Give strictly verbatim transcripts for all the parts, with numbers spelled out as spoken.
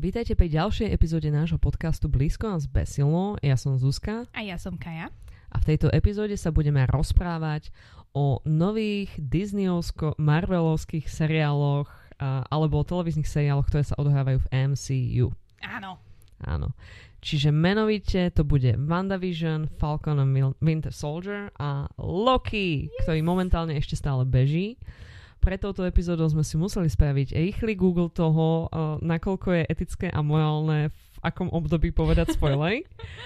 Vítajte pri ďalšej epizóde nášho podcastu Blízko a zbesilno. Ja som Zuzka. A ja som Kaja. A v tejto epizóde sa budeme rozprávať o nových Disneyovsko-Marvelovských seriáloch a, alebo o televíznych seriáloch, ktoré sa odohrávajú v em cé ú. Áno. Áno. Čiže menovite to bude WandaVision, Falcon and Winter Soldier a Loki, yes. ktorý momentálne ešte stále beží. Pre touto epizódou sme si museli spraviť rýchly Google toho, uh, nakoľko je etické a morálne v akom období povedať spoilery.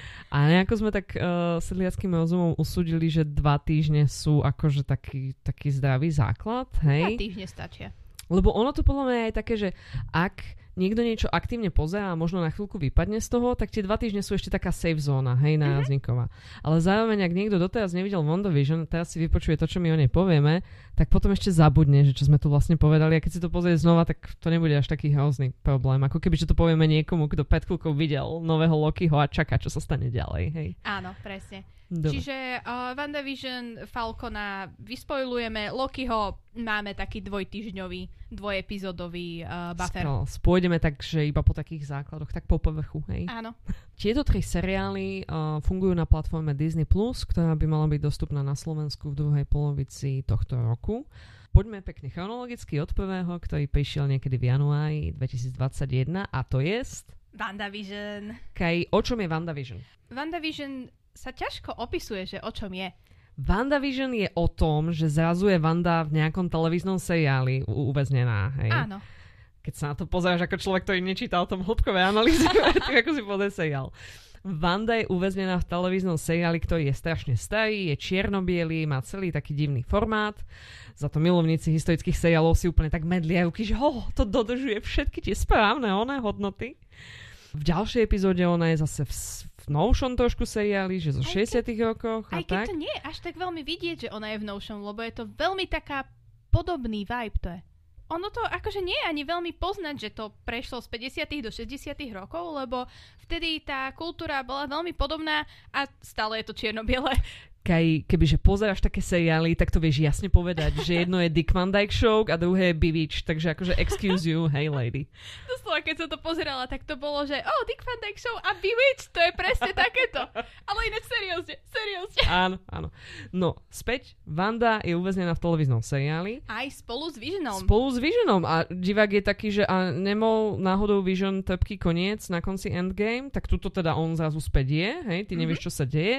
A nejako sme tak uh, sedliackým rozumom usúdili, že dva týždne sú akože taký, taký zdravý základ. Hej? Dva týždne stačia. Lebo ono to podľa mňa je také, že ak niekto niečo aktívne pozerá a možno na chvíľku vypadne z toho, tak tie dva týždne sú ešte taká safe zóna, hej, nájazdníková. Mm-hmm. Ale zároveň, ak niekto doteraz nevidel WandaVision, teraz si vypočuje to, čo my o nej povieme, tak potom ešte zabudne, že čo sme tu vlastne povedali a keď si to pozrie znova, tak to nebude až taký hrozný problém. Ako keby, že to povieme niekomu, kto pred chvíľkou videl nového Lokiho a čaká, čo sa stane ďalej, hej. Áno, presne. Dobre. Čiže uh, WandaVision, Falcona vyspoilujeme, Lokiho máme taký dvojtýždňový, dvojepizódový uh, buffer. Spôjdeme tak, že iba po takých základoch, tak po povrchu, hej? Áno. Tieto tri seriály uh, fungujú na platforme Disney plus, ktorá by mala byť dostupná na Slovensku v druhej polovici tohto roku. Poďme pekne chronologicky od prvého, ktorý prišiel niekedy v januári dvetisícdvadsaťjeden a to jest... WandaVision. Kaj, o čom je WandaVision? WandaVision sa ťažko opisuje, že o čom je. WandaVision je o tom, že zrazu je Wanda v nejakom televíznom seriáli u- uväznená. Hej? Áno. Keď sa na to pozeráš ako človek, ktorý nečítal o tom hĺbkové analýzy, tak ako si pozrie seriál. Wanda je uväznená v televíznom seriáli, ktorý je strašne starý, je čierno-bielý, má celý taký divný formát. Za to milovníci historických seriálov si úplne tak medlia ruky, že oh, to dodržuje všetky tie správne oné hodnoty. V ďalšej epizóde ona je zase v, v novšom trošku seriáli, že zo aj šesťdesiatych rokoch a aj tak. Aj keď to nie je až tak veľmi vidieť, že ona je v novšom, lebo je to veľmi taká podobný vibe to je. Ono to akože nie je ani veľmi poznať, že to prešlo z päťdesiatych do šesťdesiatych rokov, lebo vtedy tá kultúra bola veľmi podobná a stále je to čierno-biele. Kaj, kebyže pozeráš také seriály, tak to vieš jasne povedať, že jedno je Dick Van Dyke Show a druhé je Bewitched, takže akože excuse you, hey lady. Doslova, keď som to pozerala, tak to bolo, že oh, Dick Van Dyke Show a Bewitched, to je presne takéto. Ale ináč seriózne, seriózne. Áno, áno. No, späť, Wanda je uväznená v televíznom seriáli. Aj spolu s Visionom. Spolu s Visionom a divák je taký, že a nemal náhodou Vision trpký koniec na konci Endgame, tak tuto teda on zrazu späť je, hej, ty nevieš, čo sa deje.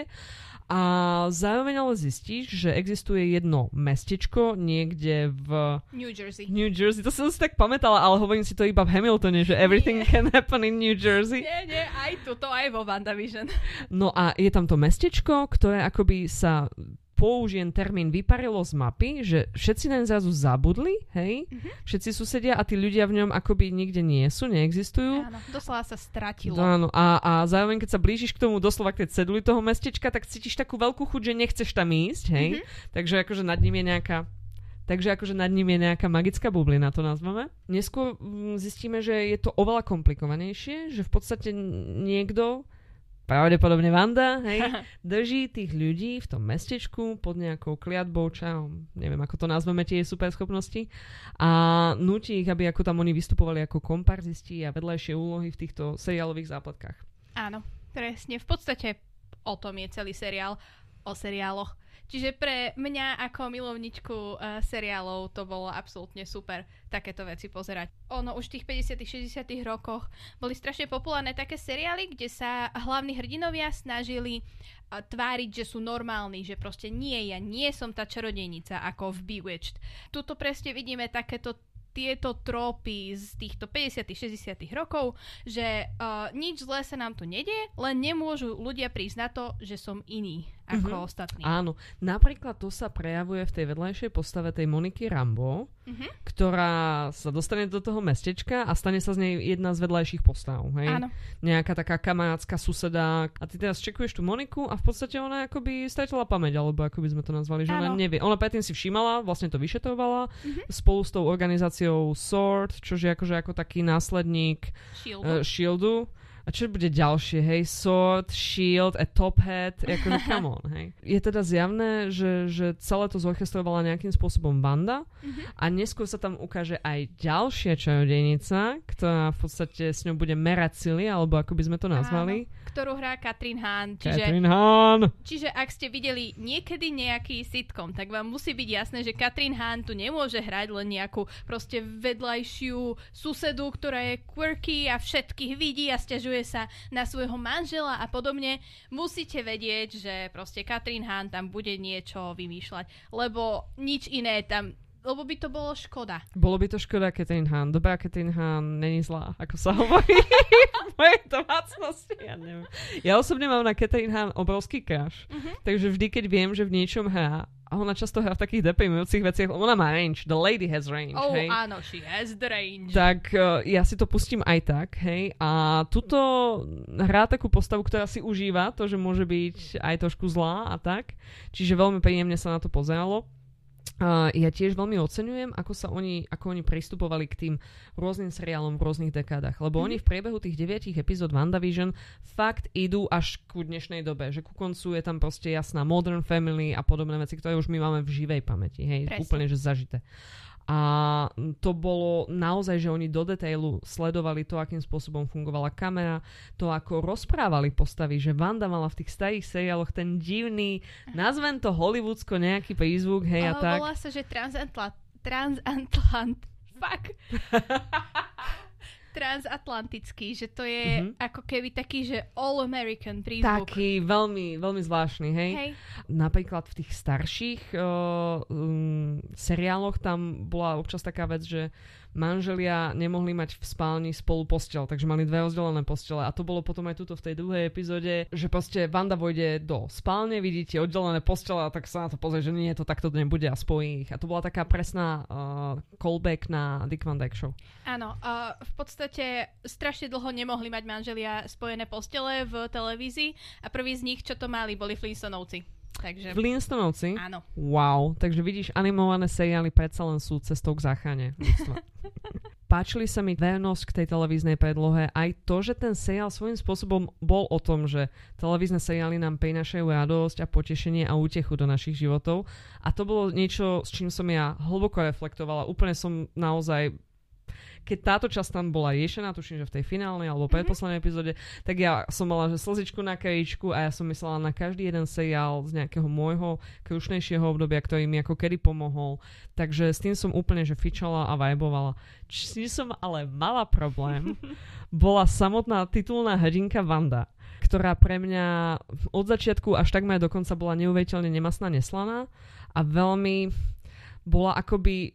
A zároveň ale zistíš, že existuje jedno mestečko niekde v... New Jersey. New Jersey, to som si tak pamätala, ale hovorím si to iba v Hamiltone, že everything nie. can happen in New Jersey. Nie, nie, aj tuto, aj vo WandaVision. No a je tam to mestečko, ktoré akoby sa... použijem termín vyparilo z mapy, že všetci len zrazu zabudli, hej? Mm-hmm. Všetci susedia a tí ľudia v ňom akoby nikde nie sú, neexistujú. Áno, doslova sa stratilo. Áno, a, a zároveň, keď sa blížiš k tomu doslova k tej ceduli toho mestečka, tak cítiš takú veľkú chuť, že nechceš tam ísť, hej? Mm-hmm. Takže akože nad ním je nejaká Takže akože nad ním je nejaká magická bublina, to nazveme. Neskôr m, zistíme, že je to oveľa komplikovanejšie, že v podstate niekto pravdepodobne Wanda, hej, drží tých ľudí v tom mestečku pod nejakou kliatbou, čo neviem, ako to nazveme, tie superschopnosti a núti ich, aby ako tam oni vystupovali ako komparzisti a vedľajšie úlohy v týchto seriálových zápletkách. Áno, presne. V podstate o tom je celý seriál, o seriáloch. Čiže pre mňa ako milovničku uh, seriálov to bolo absolútne super takéto veci pozerať. Ono už v tých päťdesiatych šesťdesiatych rokoch boli strašne populárne také seriály, kde sa hlavní hrdinovia snažili uh, tváriť, že sú normálni, že proste nie, ja nie som tá čarodejnica ako v Bewitched. Tuto presne vidíme takéto tieto trópy z týchto päťdesiatych šesťdesiatych rokov, že uh, nič zlé sa nám tu nedie, len nemôžu ľudia prísť na to, že som iný ako mm-hmm. ostatní. Áno. Napríklad to sa prejavuje v tej vedľajšej postave tej Moniky Rambeau, mm-hmm. ktorá sa dostane do toho mestečka a stane sa z nej jedna z vedľajších postav. Hej? Áno. Nejaká taká kamarátska suseda. A ty teraz čekuješ tú Moniku a v podstate ona akoby stratila pamäť, alebo ako by sme to nazvali, že Áno. ona nevie. Ona predtým si všímala, vlastne to vyšetrovala mm-hmm. spolu s tou organizáciou S W O R D, čo je akože ako taký následník Shieldu. Uh, Shieldu. A čo bude ďalšie, hej? Sword, Shield, a Top Hat, akože come on, hej? Je teda zjavné, že, že celé to zorchestrovala nejakým spôsobom Wanda mm-hmm. a neskôr sa tam ukáže aj ďalšia čarodejnica, ktorá v podstate s ňou bude merať sily, alebo ako by sme to nazvali. Áno, ktorú hrá Kathryn Hahn. Čiže, Kathryn Hahn! Čiže ak ste videli niekedy nejaký sitcom, tak vám musí byť jasné, že Kathryn Hahn tu nemôže hrať len nejakú proste vedľajšiu susedu, ktorá je quirky a všetkých vidí a sťažuje sa na svojho manžela a podobne. Musíte vedieť, že proste Kathryn Hahn tam bude niečo vymýšľať, lebo nič iné tam, lebo by to bolo škoda. Bolo by to škoda Kathryn Hahn. Dobrá Kathryn Hahn není zlá, ako sa hovorí v mojej domácnosti. Ja neviem. Ja osobne mám na Kathryn Hahn obrovský crush, uh-huh. takže vždy, keď viem, že v niečom hrá, a ona často hrá v takých deprimujúcich veciach. Ona má range. The lady has range. Oh, hej. áno, she has the range. Tak uh, ja si to pustím aj tak, hej. A tuto hrá takú postavu, ktorá si užíva to, že môže byť aj trošku zlá a tak. Čiže veľmi príjemne sa na to pozeralo. Uh, ja tiež veľmi oceňujem, ako sa oni, ako oni pristupovali k tým rôznym seriálom v rôznych dekádach. Lebo mm. oni v priebehu tých deviatich epizód WandaVision fakt idú až ku dnešnej dobe. Že ku koncu je tam proste jasná Modern Family a podobné veci, ktoré už my máme v živej pamäti. Hej? Presne. Úplne, že zažité. A to bolo naozaj, že oni do detailu sledovali to, akým spôsobom fungovala kamera, to, ako rozprávali postavy, že Wanda mala v tých starých seriáloch ten divný, nazvem to hollywoodsko nejaký prízvuk, hej, a oh, tak. Volá sa, že transatlant... Transatlant... Fuck. Transatlantický, že to je mm-hmm. ako keby taký, že all-American prízvuk. Taký veľmi, veľmi zvláštny, hej? hej. Napríklad v tých starších uh, um, seriáloch tam bola občas taká vec, že manželia nemohli mať v spálni spolu posteľ, takže mali dve rozdelené postele a to bolo potom aj tuto v tej druhej epizóde, že proste Wanda vojde do spálne, vidíte oddelené postele a tak sa na to pozrie, že nie, to takto nebude a spojí ich. A to bola taká presná uh, callback na Dick Van Dyke Show. Áno, uh, v podstate strašne dlho nemohli mať manželia spojené postele v televízii a prví z nich, čo to mali, boli Flintstonovci. Takže... Flintstonovci? Áno. Wow, takže vidíš, animované seriály predsa len sú cestou k záchrane ľudstva. Páčili sa mi vernosť k tej televíznej predlohe, aj to, že ten seriál svojím spôsobom bol o tom, že televízne seriály nám prinášajú radosť a potešenie a útechu do našich životov. A to bolo niečo, s čím som ja hlboko reflektovala. Úplne som naozaj... Keď táto časť tam bola riešená, tuším, že v tej finálnej alebo predposlednej epizóde, tak ja som mala že slzičku na krajičku a ja som myslela na každý jeden seriál z nejakého môjho krušnejšieho obdobia, ktorý mi ako kedy pomohol. Takže s tým som úplne že fičala a vajbovala. Či som ale mala problém, bola samotná titulná hrdinka Wanda, ktorá pre mňa od začiatku až takmer do konca bola neuveriteľne nemastná, neslaná a veľmi bola akoby...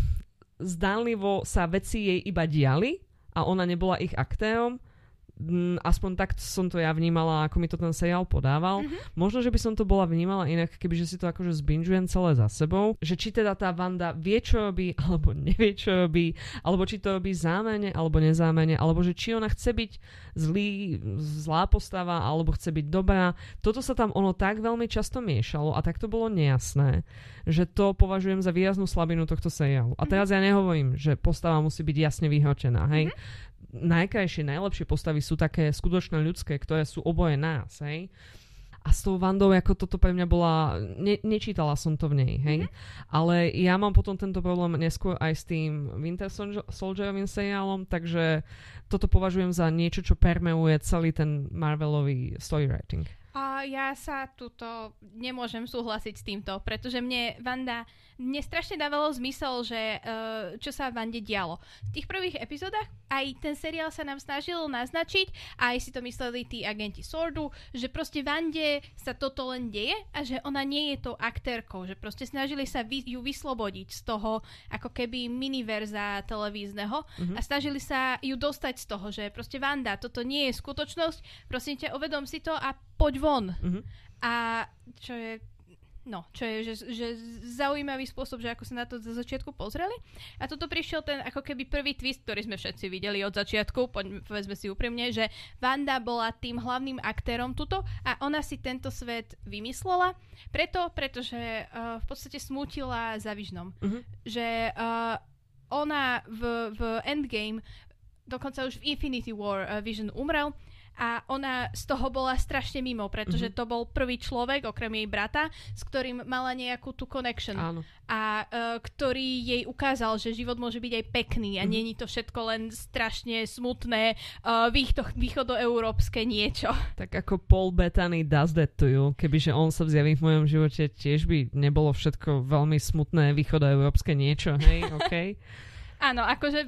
zdánlivo sa veci jej iba diali a ona nebola ich aktérom. Aspoň tak som to ja vnímala, ako mi to ten seriál podával. Mm-hmm. Možno, že by som to bola vnímala inak, kebyže si to akože zbinžujem celé za sebou. Že či teda tá Wanda vie, čo robí, alebo nevie, čo robí, alebo či to robí zámerne, alebo nezámerne, alebo že či ona chce byť zlý, zlá postava, alebo chce byť dobrá. Toto sa tam ono tak veľmi často miešalo a tak to bolo nejasné, že to považujem za výraznú slabinu tohto seriálu. A teraz mm-hmm. ja nehovorím, že postava musí byť jasne vyhročená, hej? Mm-hmm. Najkrajšie, najlepšie postavy sú také skutočné ľudské, ktoré sú oboje nás, hej. A s tou Wandou, ako toto pre mňa bola... Ne, nečítala som to v nej, hej. Mm-hmm. Ale ja mám potom tento problém neskôr aj s tým Winter Soldierovým seriálom, takže toto považujem za niečo, čo permeuje celý ten Marvelový story writing. A ja sa tuto nemôžem súhlasiť s týmto, pretože mne Wanda, mne strašne dávalo zmysel, že uh, čo sa Wande dialo. V tých prvých epizódach aj ten seriál sa nám snažil naznačiť, a aj si to mysleli tí agenti Swordu, že proste Wande sa toto len deje a že ona nie je tou aktérkou, že proste snažili sa vy, ju vyslobodiť z toho ako keby miniverza televízneho mm-hmm. a snažili sa ju dostať z toho, že proste Wanda, toto nie je skutočnosť, prosím ťa, uvedom si to a poď von. Mm-hmm. A čo je no, čo je že, že zaujímavý spôsob, že ako sa na to za začiatku pozreli. A toto prišiel ten ako keby prvý twist, ktorý sme všetci videli od začiatku, povedzme si úprimne, že Wanda bola tým hlavným aktérom tuto a ona si tento svet vymyslela preto, pretože uh, v podstate smútila za Visionom. Mm-hmm. Že uh, ona v, v Endgame, dokonca už v Infinity War uh, Vision umrel a ona z toho bola strašne mimo, pretože mm-hmm. to bol prvý človek, okrem jej brata, s ktorým mala nejakú tú connection. Áno. A uh, ktorý jej ukázal, že život môže byť aj pekný a mm-hmm. nie je to všetko len strašne smutné uh, východ, východoeurópske niečo. Tak ako Paul Bettany does that to you, kebyže on sa zjaví v mojom živote, tiež by nebolo všetko veľmi smutné východoeurópske niečo, hej, okej? Okay? Áno, akože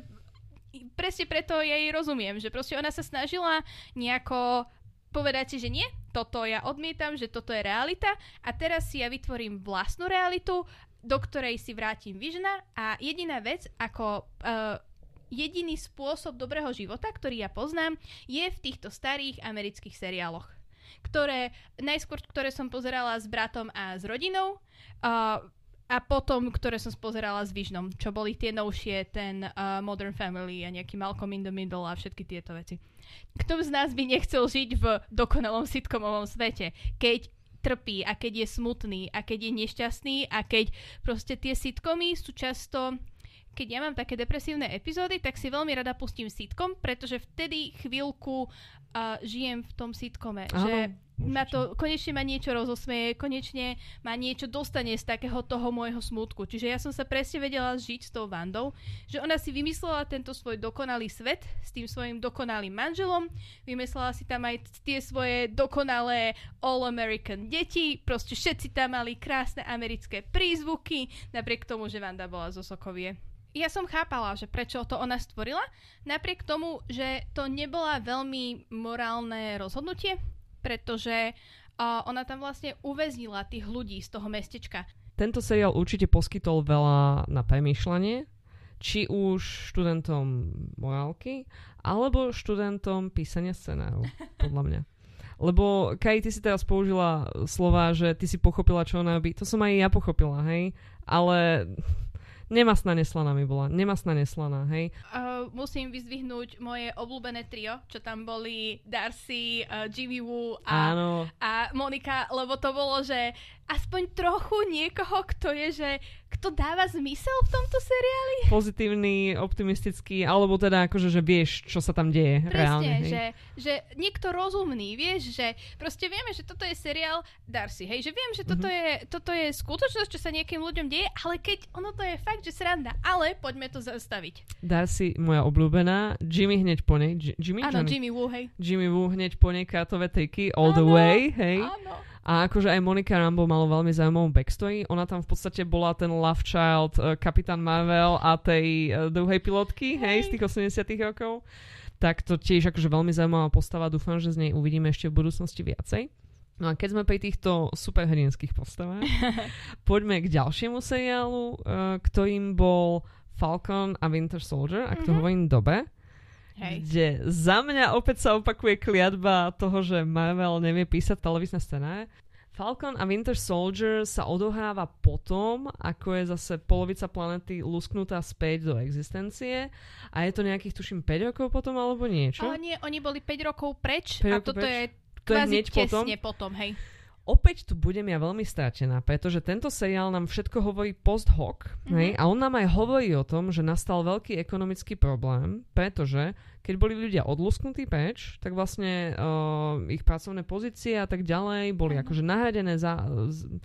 presne preto jej rozumiem, že proste ona sa snažila nejako povedať si, že nie, toto ja odmietam, že toto je realita a teraz si ja vytvorím vlastnú realitu, do ktorej si vrátim Visiona a jediná vec, ako uh, jediný spôsob dobrého života, ktorý ja poznám, je v týchto starých amerických seriáloch, ktoré, najskôr, ktoré som pozerala s bratom a s rodinou, uh, a potom, ktoré som spozerala s Visionom, čo boli tie novšie, ten uh, Modern Family a nejaký Malcolm in the Middle a všetky tieto veci. Kto z nás by nechcel žiť v dokonalom sitcomovom svete, keď trpí a keď je smutný a keď je nešťastný a keď proste tie sitcomy sú často... Keď ja mám také depresívne epizódy, tak si veľmi rada pustím sitcom, pretože vtedy chvíľku uh, žijem v tom sitcome. Áno, že ma to, konečne ma niečo rozosmeje, konečne ma niečo dostane z takého toho môjho smútku. Čiže ja som sa presne vedela žiť s tou Wandou, že ona si vymyslela tento svoj dokonalý svet s tým svojim dokonalým manželom, vymyslela si tam aj tie svoje dokonalé all-American deti, proste všetci tam mali krásne americké prízvuky, napriek tomu, že Wanda bola zo Sokovie. Ja som chápala, že prečo to ona stvorila, napriek tomu, že to nebola veľmi morálne rozhodnutie, pretože uh, ona tam vlastne uväznila tých ľudí z toho mestečka. Tento seriál určite poskytol veľa na premýšľanie, či už študentom morálky, alebo študentom písania scenárov, podľa mňa. Lebo, Kai, ty si teraz použila slova, že ty si pochopila, čo ona robí. To som aj ja pochopila, hej? Ale... Nemastná neslaná mi bola. Nemastná neslaná, hej. Uh, musím vyzdvihnúť moje obľúbené trio, čo tam boli Darcy, uh, Jimmy Woo a, a Monika, lebo to bolo, že aspoň trochu niekoho, kto je, že kto dáva zmysel v tomto seriáli. Pozitívny, optimistický, alebo teda akože, že vieš, čo sa tam deje. Presne, reálne, hej. Že, že niekto rozumný, vieš, že proste vieme, že toto je seriál Darcy, hej, že viem, že toto, mm-hmm. je, toto je skutočnosť, čo sa niekým ľuďom deje, ale keď ono to je fakt, že sranda, ale poďme to zastaviť. Darcy, moja obľúbená, Jimmy hneď po nej, J- Jimmy? Áno, Jimmy Woo, hej. Jimmy Woo hneď po nej kátové triky, all áno, the way, hej. Áno. A akože aj Monica Rambeau malo veľmi zaujímavú backstory. Ona tam v podstate bola ten love child, uh, kapitán Marvel a tej uh, druhej pilotky, hej, hej z tých osemdesiatych rokov. Tak to tiež akože veľmi zaujímavá postava. Dúfam, že z nej uvidíme ešte v budúcnosti viacej. No a keď sme pri týchto superhrdinských postavách, poďme k ďalšiemu seriálu, uh, ktorým bol Falcon a Winter Soldier, ak to mm-hmm. hovorím dobre. Hej. Kde za mňa opäť sa opakuje kliatba toho, že Marvel nevie písať televízne scenáre. Falcon a Winter Soldier sa odohráva potom, ako je zase polovica planety lusknutá späť do existencie a je to nejakých, tuším, päť rokov potom alebo niečo. Ale nie, oni boli päť rokov preč päť a rokov toto preč. je To kvázi je tesne potom. potom, hej. Opäť tu budem ja veľmi stratená, pretože tento seriál nám všetko hovorí post hoc, mm-hmm. hej, a on nám aj hovorí o tom, že nastal veľký ekonomický problém, pretože keď boli ľudia odlusknutí preč, tak vlastne uh, ich pracovné pozície a tak ďalej boli mm-hmm. akože nahradené za... Z,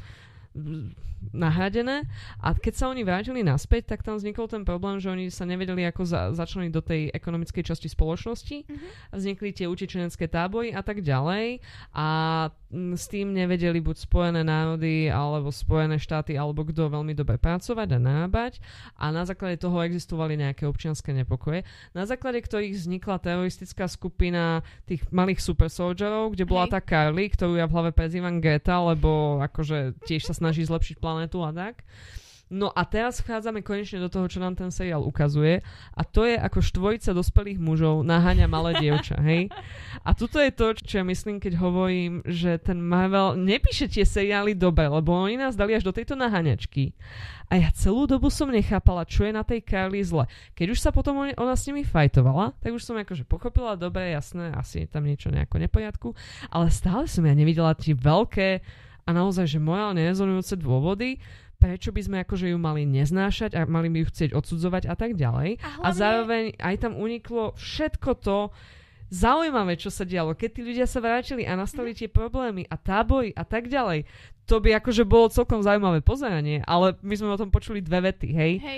nahradené a keď sa oni vrátili naspäť, tak tam vznikol ten problém, že oni sa nevedeli ako za, začleniť do tej ekonomickej časti spoločnosti mm-hmm. a vznikli tie utečenecké tábory a tak ďalej a m, s tým nevedeli buď Spojené národy alebo Spojené štáty alebo kto veľmi dobre pracovať a nábať a na základe toho existovali nejaké občianske nepokoje, na základe ktorých vznikla teroristická skupina tých malých super soldierov, kde bola Hej. tá Carly, ktorú ja v hlave prezývam Greta, lebo akože tiež sa snaží zlepšiť planetu a tak. No a teraz vchádzame konečne do toho, čo nám ten seriál ukazuje a to je ako štvorica dospelých mužov naháňa malé dievča, hej? A tuto je to, čo ja myslím, keď hovorím, že ten Marvel nepíše tie seriály dobre, lebo oni nás dali až do tejto naháňačky. A ja celú dobu som nechápala, čo je na tej Carly zle. Keď už sa potom ona s nimi fajtovala, tak už som akože pochopila, dobre, jasné, asi je tam niečo nejako neporiadku, ale stále som ja nevidela tie veľké a naozaj, že morálne rezonujúce dôvody, prečo by sme akože ju mali neznášať a mali by ju chcieť odsudzovať a tak ďalej. A, hlavne... a zároveň aj tam uniklo všetko to, zaujímavé, čo sa dialo. Keď tí ľudia sa vrátili a nastali tie problémy a tábory a tak ďalej, to by akože bolo celkom zaujímavé pozeranie, ale my sme o tom počuli dve vety, hej? Hej.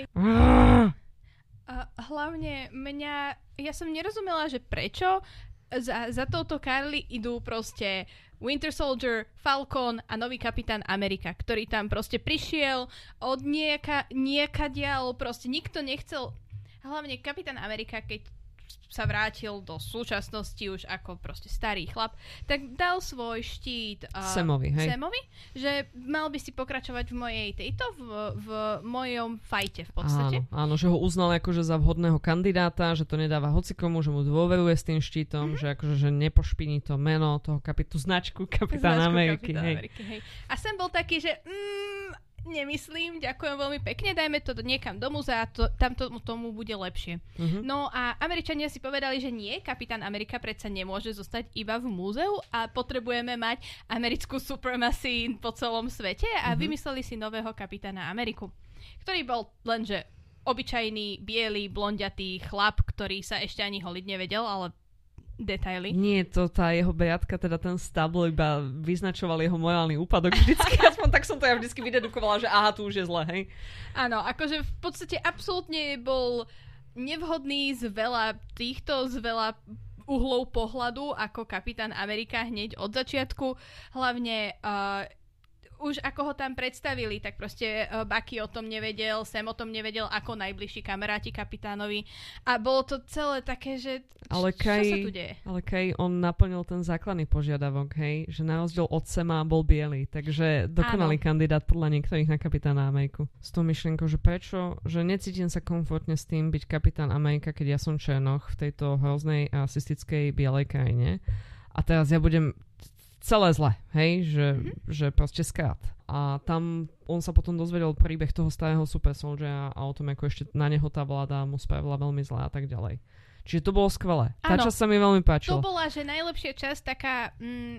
A hlavne mňa, ja som nerozumela, že prečo za, za touto Carly idú proste Winter Soldier, Falcon a nový kapitán Amerika, ktorý tam proste prišiel od nieka, niekadiaľ, proste nikto nechcel, hlavne kapitán Amerika, keď sa vrátil do súčasnosti už ako proste starý chlap, tak dal svoj štít uh, Samovi, hej? Samovi, že mal by si pokračovať v mojej tejto, v, v mojom fajte v podstate. Áno, áno, že ho uznal akože za vhodného kandidáta, že to nedáva hocikomu, že mu dôveruje s tým štítom, mm-hmm. že akože že nepošpiní to meno toho kapitu, značku kapitána Ameriky. Kapitán hej. Ameriky, hej. A sem bol taký, že mm, nemyslím, ďakujem veľmi pekne, dajme to niekam do múzea, to, tam to, tomu bude lepšie. Uh-huh. No a Američania si povedali, že nie, kapitán Amerika predsa nemôže zostať iba v múzeu a potrebujeme mať americkú supremacy po celom svete a uh-huh. vymysleli si nového kapitána Ameriku, ktorý bol lenže obyčajný, biely, blondiatý chlap, ktorý sa ešte ani holiť nevedel, ale detaily. Nie, to tá jeho bejatka, teda ten stablo iba vyznačoval jeho morálny úpadok vždycky. Aspoň tak som to ja vždycky vydedukovala, že aha, tu už je zle, hej. Áno, akože v podstate absolútne bol nevhodný z veľa týchto, z veľa uhlov pohľadu ako kapitán Amerika hneď od začiatku. Hlavne uh, už ako ho tam predstavili, tak proste uh, Bucky o tom nevedel, Sam o tom nevedel ako najbližší kamaráti kapitánovi a bolo to celé také, že ale čo Kaj, sa tu deje? Ale Kaj, on naplnil ten základný požiadavok, hej, že na rozdiel od Sama bol biely, takže dokonalý Áno. kandidát podľa niektorých na kapitána Ameriku. S tou myšlienkou, že prečo, že necítim sa komfortne s tým byť kapitán Amerika, keď ja som černoch v tejto hroznej rasistickej bielej krajine a teraz ja budem celé zle, hej, že, mm-hmm. že proste skrát. A tam on sa potom dozvedel príbeh toho starého Super Soldiera a o tom, ako ešte na neho tá vláda mu spravila veľmi zle a tak ďalej. Čiže to bolo skvelé. Tá Áno, časť sa mi veľmi páčila. To bola, že najlepšia časť, taká mm,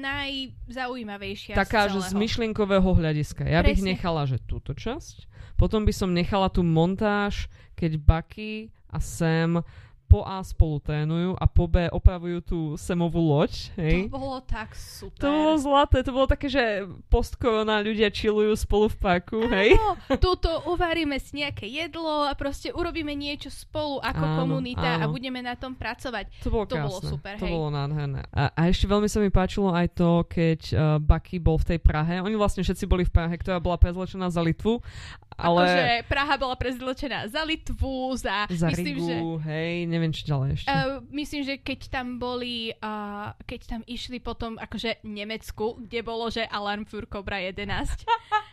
najzaujímavejšia taká, z celého. Že z myšlienkového hľadiska. Ja Presne. bych nechala, že túto časť. Potom by som nechala tú montáž, keď Bucky a Sam po A spolu trénujú a po B opravujú tú Samovú loď. Hej. To bolo tak super. To bolo zlaté. To bolo také, že post-korona ľudia chillujú spolu v parku. Áno, hej. Tuto uvaríme si nejaké jedlo a proste urobíme niečo spolu ako áno, komunita áno. a budeme na tom pracovať. To bolo to krásne. Bolo super. To hej. bolo nádherné. A, a ešte veľmi sa mi páčilo aj to, keď uh, Bucky bol v tej Prahe. Oni vlastne všetci boli v Prahe, ktorá bola prezlečená za Litvu. Ale... Akože Praha bola prezlečená za Litvu, za... Za myslím, Rigu, že... hej, neviem, čo ďalej ešte. Uh, myslím, že keď tam boli, uh, keď tam išli potom akože Nemecku, kde bolo, že Alarm für Cobra jedenásť.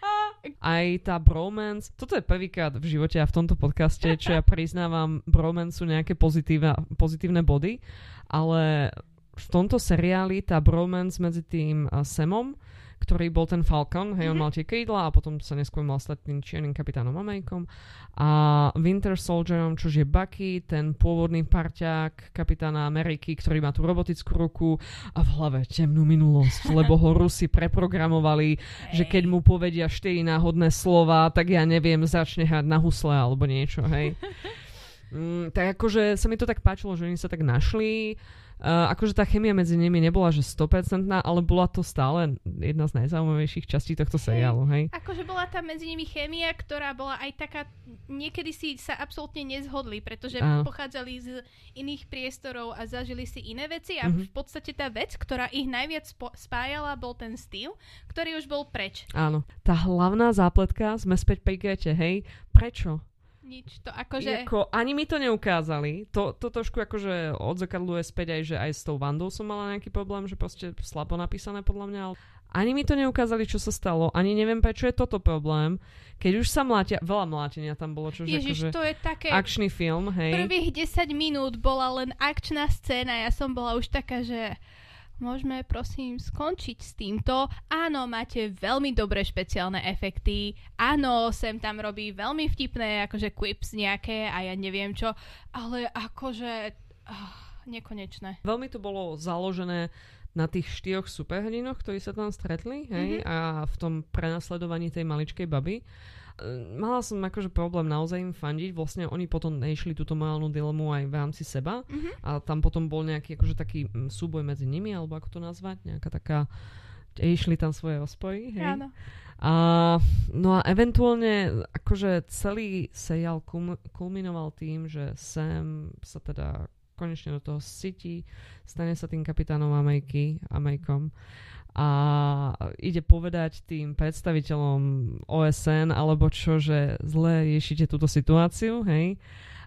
Aj tá bromance, toto je prvýkrát v živote a v tomto podcaste, čo ja priznávam, bromance sú nejaké pozitívne body, ale v tomto seriáli tá bromance medzi tým uh, Samom, ktorý bol ten Falcon, hej, mm-hmm. on mal tie krídla a potom sa neskôr mal stať tým čiernym kapitánom Amerikom a Winter Soldierom, čož je Bucky, ten pôvodný parťák kapitána Ameriky, ktorý má tú robotickú ruku a v hlave temnú minulosť, lebo ho Rusi preprogramovali, hey. že keď mu povedia štyri náhodné slova, tak ja neviem, začne hrať na husle alebo niečo, hej. mm, tak akože sa mi to tak páčilo, že oni sa tak našli. Uh, akože tá chemia medzi nimi nebola, že sto percent, ale bola to stále jedna z najzaujímavejších častí tohto seriálu, hej? Akože bola tam medzi nimi chémia, ktorá bola aj taká, niekedy si sa absolútne nezhodli, pretože uh. pochádzali z iných priestorov a zažili si iné veci a uh-huh. v podstate tá vec, ktorá ich najviac spo- spájala, bol ten styl, ktorý už bol preč. Áno. Tá hlavná zápletka, sme späť pri Grete, hej? Prečo? Nič, to akože... Jako, ani mi to neukázali. To, to trošku akože odzrkadľuje späť aj, že aj s tou Wandou som mala nejaký problém, že proste slabo napísané podľa mňa. Ani mi to neukázali, čo sa stalo. Ani neviem, prečo je toto problém. Keď už sa mlátia... Veľa mlátenia tam bolo, čo Ježiš, akože to je také... akčný film, hej. Prvých desať minút bola len akčná scéna. Ja som bola už taká, že... Môžeme, prosím, skončiť s týmto. Áno, máte veľmi dobré špeciálne efekty. Áno, sem tam robí veľmi vtipné, akože quips nejaké a ja neviem čo. Ale akože... Oh, nekonečné. Veľmi to bolo založené na tých štyroch superhrdinoch, ktorí sa tam stretli, hej, mm-hmm. a v tom prenasledovaní tej maličkej baby. mala som akože problém naozaj im fandiť. Vlastne oni potom nešli túto morálnu dilemu aj v rámci seba. Mm-hmm. A tam potom bol nejaký akože taký súboj medzi nimi, alebo ako to nazvať, nejaká taká, išli tam svoje rozpory, hej. Áno. A, no a eventuálne akože celý seriál kum, kulminoval tým, že Sam sa teda konečne do toho cíti, stane sa tým kapitánom Ameriky, Amerikom a ide povedať tým predstaviteľom ó es en alebo čo, že zle riešite túto situáciu, hej.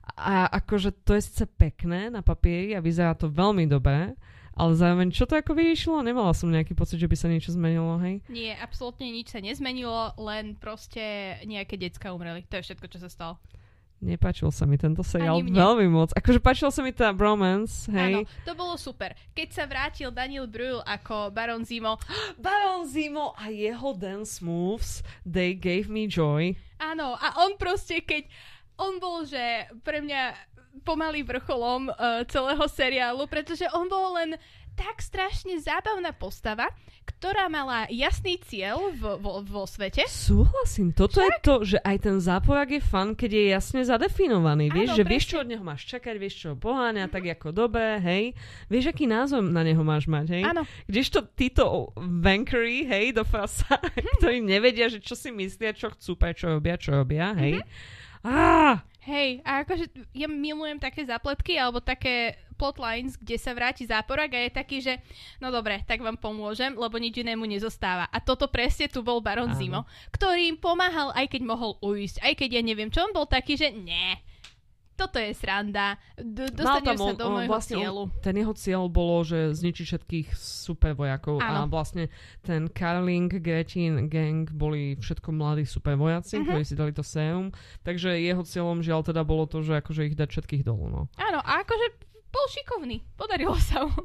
A akože to je síce pekné na papieri a vyzerá to veľmi dobre, ale zároveň, čo to ako vyriešilo? Nemala som nejaký pocit, že by sa niečo zmenilo, hej? Nie, absolútne nič sa nezmenilo, len proste nejaké decká umreli. To je všetko, čo sa stalo. Nepáčil sa mi tento seriál veľmi moc. Akože páčil sa mi tá bromance, hej? Áno, to bolo super. Keď sa vrátil Daniel Brühl ako Baron Zemo. Baron Zemo a jeho dance moves, they gave me joy. Áno, a on proste, keď on bol, že pre mňa pomaly vrcholom uh, celého seriálu, pretože on bol len tak strašne zábavná postava, ktorá mala jasný cieľ vo, vo, vo svete. Súhlasím, toto Však? je to, že aj ten záporak je fun, keď je jasne zadefinovaný. Vieš, Áno, že presne. vieš, čo od neho máš čakať, vieš, čo ho poháňa, mm-hmm. tak ako dobré, hej. Vieš, aký názov na neho máš mať, hej. Áno. Kdežto títo vankery, hej, do frasa, mm-hmm. ktorí nevedia, že čo si myslia, čo chcú, prečo robia, čo robia, hej. Mm-hmm. Á! Hej, a akože ja milujem také zapletky alebo také plotlines, kde sa vráti záporak a je taký, že no dobre, tak vám pomôžem, lebo nič inému nezostáva. A toto presne tu bol Baron Áno. Zemo, ktorý im pomáhal, aj keď mohol ujsť, aj keď ja neviem čo, on bol taký, že nie, toto je sranda, D- dostanem sa do môjho vlastne cieľu. On, ten jeho cieľ bolo, že zničiť všetkých super vojakov a vlastne ten Carling, Gretchen gang boli všetko mladí super vojaci, uh-huh. ktorí si dali to sérum, takže jeho cieľom žiaľ teda bolo to, že akože ich dať všetkých dolu. No. Áno, a akože bol šikovný, podarilo sa mu.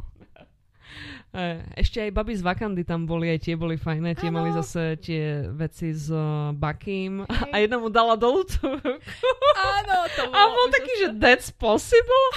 Ešte aj baby z Wakandy tam boli, aj tie boli fajné, tie ano. Mali zase tie veci s uh, Buckym a jedna mu dala dolu tú ruku. Áno, to bolo. A bol taký, že that's possible?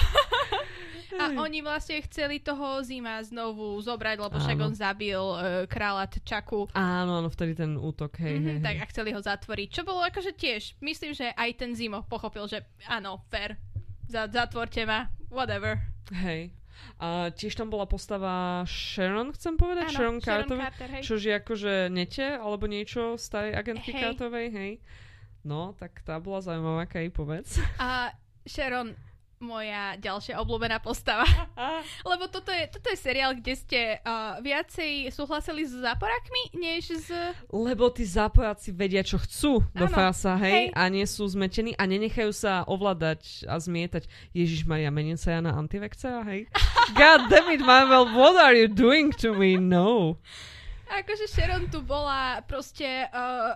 A oni vlastne chceli toho Zima znovu zobrať, lebo však on zabil uh, kráľa T'Chaku. Áno, áno, vtedy ten útok, hej, mm-hmm, hej. Tak a chceli ho zatvoriť. Čo bolo akože tiež, myslím, že aj ten Zimo pochopil, že áno, fair, zatvorte ma, whatever. Hej. A tiež tam bola postava Sharon, chcem povedať, Áno, Sharon, Sharon Carter, Carter, hej. čož je akože nete, alebo niečo starej agentky hej. Carterovej, hej. No, tak tá bola zaujímavá, Kaj, povedz. A Sharon, moja ďalšia obľúbená postava. Lebo toto je, toto je seriál, kde ste uh, viacej súhlasili s záporákmi, než s... Lebo tí záporáci vedia, čo chcú do frasa, hej, hej, a nie sú zmetení a nenechajú sa ovládať a zmietať. Ježišmaria, mením sa ja na antivexera, hej? God damn it, Marvel, what are you doing to me? No. Akože Sharon tu bola proste... Uh,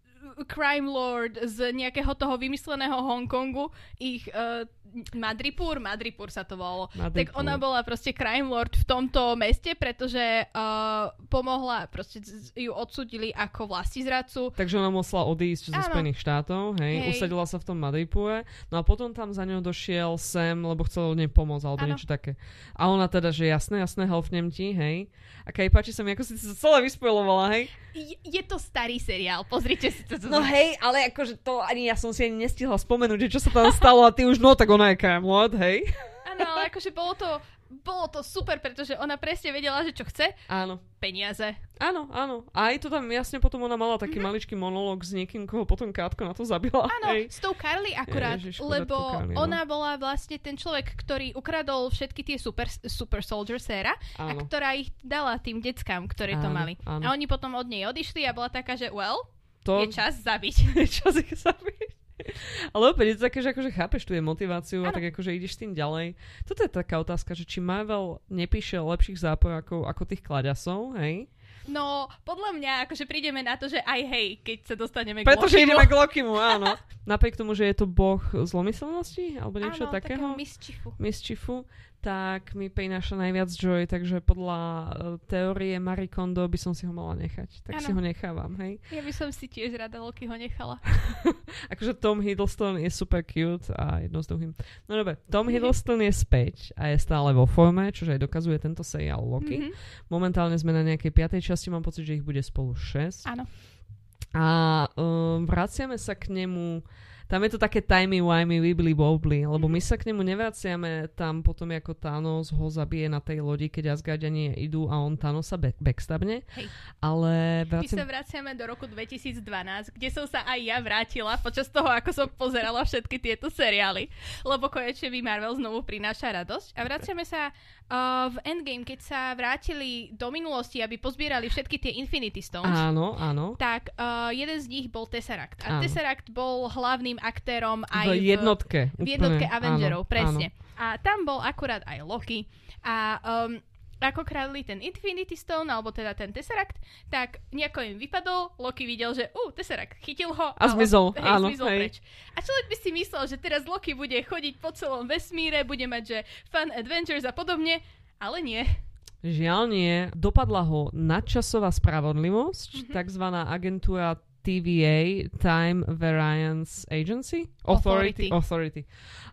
crime lord z nejakého toho vymysleného Hongkongu, ich uh, Madripur, Madripur sa to volalo. Madripur. Tak ona bola proste crime lord v tomto meste, pretože uh, pomohla, proste ju odsúdili ako vlastizradcu. Takže ona musela odísť zo Spojených štátov, hej, hej, usadila sa v tom Madripure, no a potom tam za ňou došiel Sam, lebo chcel od nej pomôcť, alebo ano. Niečo také. A ona teda, že jasné, jasné, helfnem ti, hej. A Kaj, páči sa mi, ako si to celé vyspojilovala, hej. Je, je to starý seriál, pozrite si to. No hej, ale akože to ani ja som si ani nestihla spomenúť, že čo sa tam stalo a ty už, no tak ona je crime lord, hej. Áno, ale akože bolo to, bolo to super, pretože ona presne vedela, že čo chce. Áno. Peniaze. Áno, áno. A aj to tam jasne potom ona mala taký mm-hmm. maličký monológ s niekým, koho potom krátko na to zabila. Áno, hej. s tou Carly akurát, Ježiš, lebo Carly, ona no. bola vlastne ten človek, ktorý ukradol všetky tie super, super soldier séra a ktorá ich dala tým deckám, ktoré áno, to mali. Áno. A oni potom od nej odišli a bola taká, že well, to... je čas zabiť. Je čas ich zabiť. Ale opäť je to také, že akože chápeš tu je motiváciu ano. A tak akože ideš s tým ďalej. Toto je taká otázka, že či Marvel nepíše lepších záporákov ako tých klaďasov, hej? No, podľa mňa, akože prídeme na to, že aj hej, keď sa dostaneme k Lokimu. Pretože ideme k Lokimu, áno. Napriek tomu, že je to boh zlomyselnosti, alebo niečo áno, takého. Áno, takého mischifu. Mischifu, tak mi prináša najviac joy, takže podľa uh, teórie Marie Kondo by som si ho mala nechať. Tak ano. Si ho nechávam, hej. Ja by som si tiež rada Lokiho nechala. Akože Tom Hiddleston je super cute a jedno s druhým. No dobre, Tom Hiddleston je späť a je stále vo forme, čože aj dokazuje tento seriál Loki. Mm-hmm. Momentálne sme na nejakej piatej časti, mám pocit, že ich bude spolu šesť. Áno. A uh, vraciame sa k nemu. Tam je to také timey-wimey, wibbly-wobbly, lebo my sa k nemu nevraciame tam potom, ako Thanos ho zabije na tej lodi, keď Asgardiania idú a on Thanosa back- backstabne. Hej. Ale vraciam... vraciam... My sa vraciame do roku dvetisícdvanásť, kde som sa aj ja vrátila počas toho, ako som pozerala všetky tieto seriály, lebo konečne mi Marvel znovu prináša radosť. A vraciame sa uh, v Endgame, keď sa vrátili do minulosti, aby pozbierali všetky tie Infinity Stones. Áno, áno. Tak uh, jeden z nich bol Tesseract. A áno. Tesseract bol hlavným aktérom aj v jednotke. V jednotke úplne, Avengerov, áno, presne. Áno. A tam bol akurát aj Loki. A um, ako kradli ten Infinity Stone, alebo teda ten Tesseract, tak nejako im vypadol, Loki videl, že uh, Tesseract, chytil ho a zmizol, hej, áno, zmizol hej. preč. A človek by si myslel, že teraz Loki bude chodiť po celom vesmíre, bude mať, že fun adventures a podobne, ale nie. Žiaľ nie. Dopadla ho nadčasová spravodlivosť, mm-hmm. takzvaná agentúra T V A, Time Variance Agency? Authority. Authority. Authority.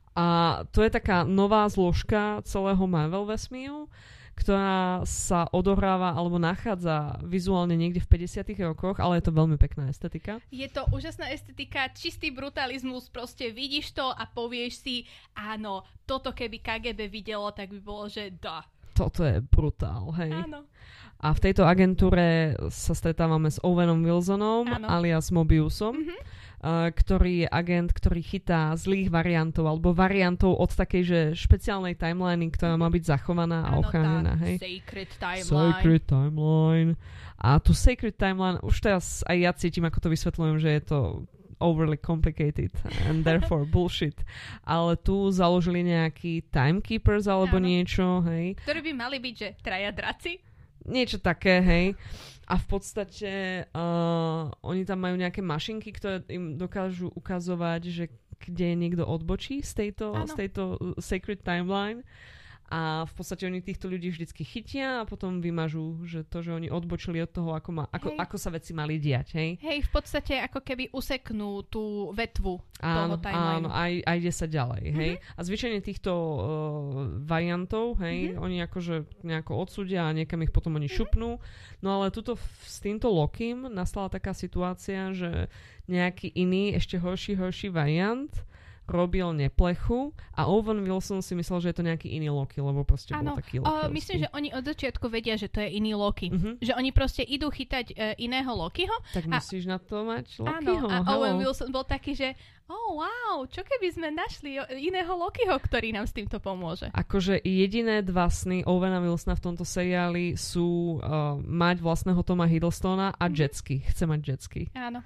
A to je taká nová zložka celého Marvel vesmíru, ktorá sa odohráva alebo nachádza vizuálne niekde v päťdesiatych rokoch, ale je to veľmi pekná estetika. Je to úžasná estetika, čistý brutalizmus, proste vidíš to a povieš si, áno, toto keby K G B videlo, tak by bolo, že da. Toto je brutál, hej. Áno. A v tejto agentúre sa stretávame s Owenom Wilsonom, áno. alias Mobiusom, Mm-hmm. uh, ktorý je agent, ktorý chytá zlých variantov, alebo variantov od takej, že špeciálnej timeliny, ktorá má byť zachovaná a áno, ochránená, tá hej. Sacred Timeline. Sacred Timeline. A tu Sacred Timeline, už teraz aj ja cítim, ako to vysvetľujem, že je to overly complicated and therefore bullshit. Ale tu založili nejaký timekeepers alebo áno. niečo, hej. Ktorí by mali byť, že traja draci? Niečo také, hej. A v podstate uh, oni tam majú nejaké mašinky, ktoré im dokážu ukazovať, že kde niekto odbočí z tejto, z tejto Sacred Timeline. A v podstate oni týchto ľudí vždycky chytia a potom vymažú, že to, že oni odbočili od toho, ako, ma, ako, ako sa veci mali diať, hej? Hej, v podstate ako keby useknú tú vetvu áno, toho timeline. Áno, aj, aj ide sa ďalej, hej? Mm-hmm. A zvyčajne týchto uh, variantov, hej, mm-hmm. oni akože nejako odsúdia a niekam ich potom oni mm-hmm. šupnú. No ale tuto f- s týmto Lokim nastala taká situácia, že nejaký iný, ešte horší, horší variant robil neplechu a Owen Wilson si myslel, že je to nejaký iný Loki, lebo proste ano, bol taký Loki. Áno, myslím, že oni od začiatku vedia, že to je iný Loki. Uh-huh. Že oni proste idú chytať uh, iného Lokiho. Tak a, musíš na to mať Lokiho. Áno, a hello. Owen Wilson bol taký, že oh wow, čo keby sme našli iného Lokiho, ktorý nám s týmto pomôže. Akože jediné dva sny Owena Wilsona v tomto seriáli sú uh, mať vlastného Toma Hiddlestona a mm-hmm. jetsky. Chce mať jetsky. Áno.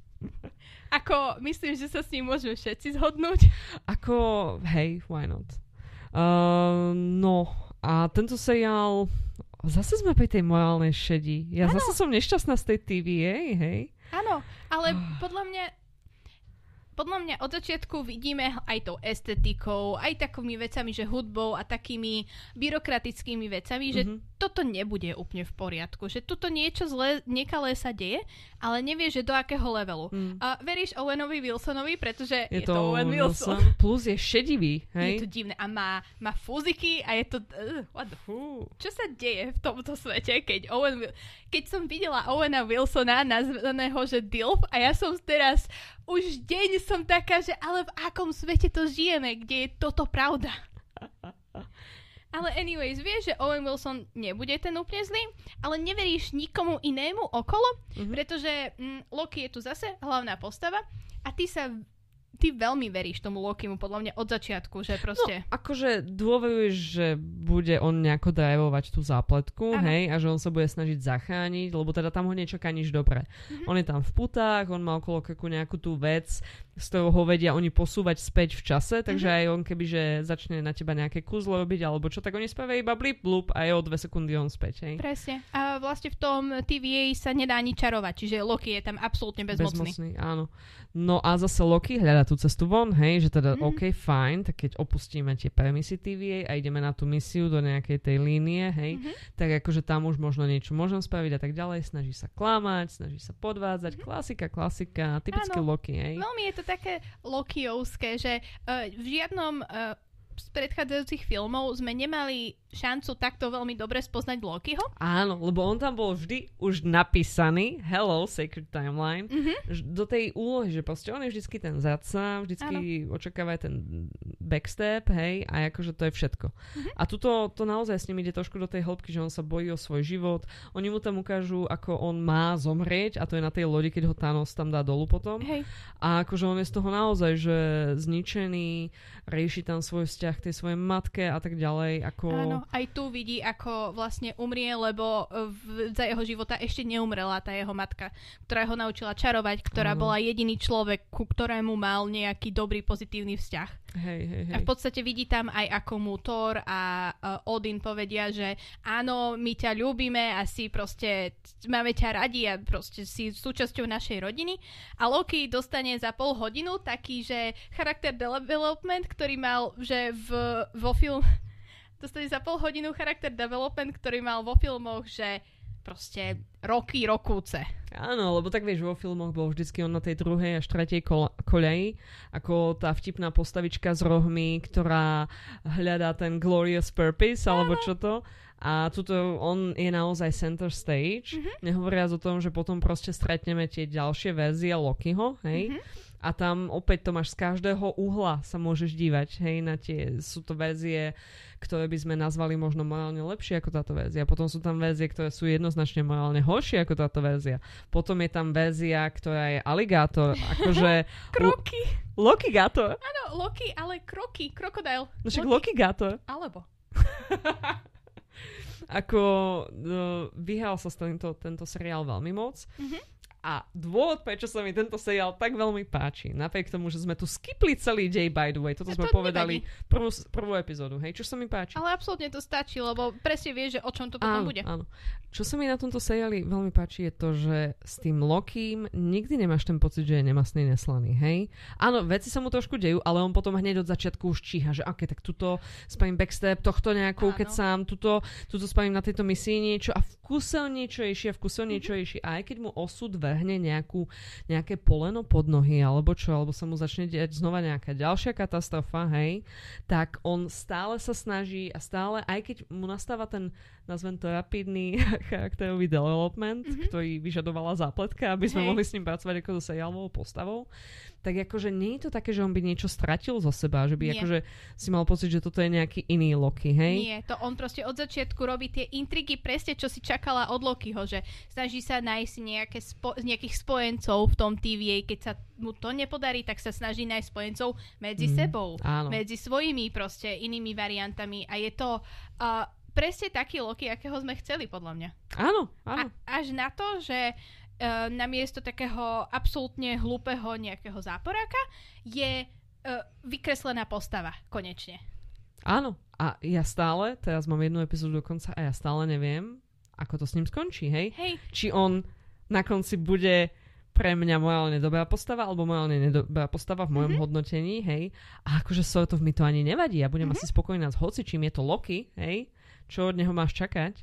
Ako, myslím, že sa s ním môžeme všetci zhodnúť. Ako, hej, why not? Uh, no, a tento seriál, zase sme pri tej morálnej šedi. Ja ano. Zase som nešťastná z tej T V A, hej? Áno, ale podľa mňa podľa mňa od začiatku vidíme aj tou estetikou, aj takými vecami, že hudbou a takými byrokratickými vecami, že mm-hmm. toto nebude úplne v poriadku. Že tuto niečo zlé, nekalé sa deje, ale nevieš, že do akého levelu. Mm. A veríš Owenovi Wilsonovi, pretože je, je to, to Owen Wilson. Wilson. Plus je šedivý, hej? Je to divné. A má, má fúziky a je to... Uh, what the f- Čo sa deje v tomto svete, keď Owen... Keď som videla Owena Wilsona nazvaného, že Dilf, a ja som teraz už deň som taká, že ale v akom svete to žijeme, kde je toto pravda. Ale anyways, vieš, že Owen Wilson nebude ten úplne zlý, ale neveríš nikomu inému okolo, mm-hmm. pretože mm, Loki je tu zase hlavná postava a ty sa... Ty veľmi veríš tomu Lokimu, podľa mňa od začiatku, že proste... No, akože dôveruješ, že bude on nejako drivovať tú zápletku, ano. Hej, a že on sa bude snažiť zachrániť, lebo teda tam ho nečaká nič dobré. Mm-hmm. On je tam v putách, on má okolo krku nejakú tú vec, z ktorou ho vedia oni posúvať späť v čase, takže mm-hmm. aj on kebyže začne na teba nejaké kúzlo robiť, alebo čo, tak oni spravia iba blip, blup a je o dve sekundy on späť, hej. Presne. A vlastne v tom T V A sa nedá ani čarovať, čiže Loki je tam absolútne bezmocný. Bezmocný, áno. No a zase Loki hľadá tú cestu von, hej, že teda mm-hmm. OK, fajn, tak keď opustíme tie premisy T V A a ideme na tú misiu do nejakej tej línie, hej, mm-hmm. tak akože tam už možno niečo môžem spraviť a tak ďalej, snaží sa klamať, snaží sa podvádzať, mm-hmm. klasika, klasika, typický Loki, hej. Veľmi je to také Lokiovské, že uh, v žiadnom uh, z predchádzajúcich filmov sme nemali šancu takto veľmi dobre spoznať Lokiho. Áno, lebo on tam bol vždy už napísaný, hello, Sacred Timeline, mm-hmm. do tej úlohy, že proste on je vždycky ten zadca, vždycky áno. očakáva ten backstep, hej, a akože to je všetko. Mm-hmm. A tuto to naozaj s ním ide trošku do tej hĺbky, že on sa bojí o svoj život. Oni mu tam ukážu, ako on má zomrieť, a to je na tej lodi, keď ho Thanos tam dá dolu potom. Hej. A akože on je z toho naozaj, že zničený, rieši tam svoj vzťah k tej svojej matke a tak ďalej. Ako... Áno, aj tu vidí, ako vlastne umrie, lebo v, za jeho života ešte neumrela tá jeho matka, ktorá ho naučila čarovať, ktorá áno. bola jediný človek, ku ktorému mal nejaký dobrý, pozitívny vzťah. Hej, hej, hej. A v podstate vidí tam aj ako mu Thor a uh, Odin povedia, že áno, my ťa ľúbime a si proste máme ťa radi a proste si súčasťou našej rodiny. A Loki dostane za pol hodinu taký, že charakter development, ktorý mal, že v, vo film dostane za pol hodinu charakter development, ktorý mal vo filmoch, že proste roky, rokúce. Áno, lebo tak vieš, vo filmoch bol vždycky on na tej druhej až tretej kol- koľaji, ako tá vtipná postavička s rohmi, ktorá hľadá ten glorious purpose, áno. alebo čo to. A tuto on je naozaj center stage, mm-hmm. nehovoriac o tom, že potom proste stretneme tie ďalšie verzie Lokiho, hej. Mm-hmm. A tam opäť to máš z každého uhla sa môžeš dívať, hej, na tie, sú to verzie, ktoré by sme nazvali možno morálne lepšie ako táto verzia. Potom sú tam verzie, ktoré sú jednoznačne morálne horšie ako táto verzia. Potom je tam verzia, ktorá je aligátor, akože... Kroky. L- Lokigátor. Áno, Loki, ale kroky, krokodil. No však Lokigátor. Alebo. Ako no, vyhral sa tento, tento seriál veľmi moc. Mm-hmm. A dôvod, prečo sa mi tento seriál tak veľmi páči, napriek tomu, že sme tu skipli celý dej, by the way, toto ja sme to povedali prvú, prvú epizódu, hej, čo sa mi páči. Ale absolútne to stačí, lebo presne vieš, že o čom to potom áno, bude. Áno. Čo sa mi na tomto seriáli veľmi páči je to, že s tým Lokim nikdy nemáš ten pocit, že je nemastný, neslaný, hej. Áno, veci sa mu trošku dejú, ale on potom hneď od začiatku už číha, že ok, tak tuto spravím backstep, tohto nejakou, keď sám, tuto, tuto spravím na tejto misii niečo a v kuse niečo jejší a v kuse niečo jejší. A aj keď mu osud vrhne nejakú, nejaké poleno pod nohy alebo čo, alebo sa mu začne diať znova nejaká ďalšia katastrofa, hej, tak on stále sa snaží a stále, aj keď mu nastáva ten, nazvem to rapidný charakterový development, mm-hmm. ktorý vyžadovala zápletka, aby sme hej. mohli s ním pracovať ako so seriálovou postavou, tak akože nie je to také, že on by niečo stratil zo seba, že by nie. akože si mal pocit, že toto je nejaký iný Loki, hej? Nie, to on proste od začiatku robí tie intrigy presne, čo si čakala od Lokiho, že snaží sa nájsť nejaké spo- nejakých spojencov v tom té vé á, keď sa mu to nepodarí, tak sa snaží nájsť spojencov medzi mm, sebou, áno. medzi svojimi proste inými variantami a je to uh, presne taký Loki, akého sme chceli, podľa mňa. Áno, áno. A, až na to, že Uh, namiesto takého absolútne hlúpeho nejakého záporáka je uh, vykreslená postava, konečne. Áno, a ja stále, teraz mám jednu epizódu dokonca a ja stále neviem, ako to s ním skončí, hej? Hej. Či on na konci bude pre mňa morálne dobrá postava, alebo morálne nedobrá postava v mojom mm-hmm. hodnotení, hej? A akože sort of mi to ani nevadí, ja budem mm-hmm. asi spokojná s hocičím, je to Loki, hej? Čo od neho máš čakať?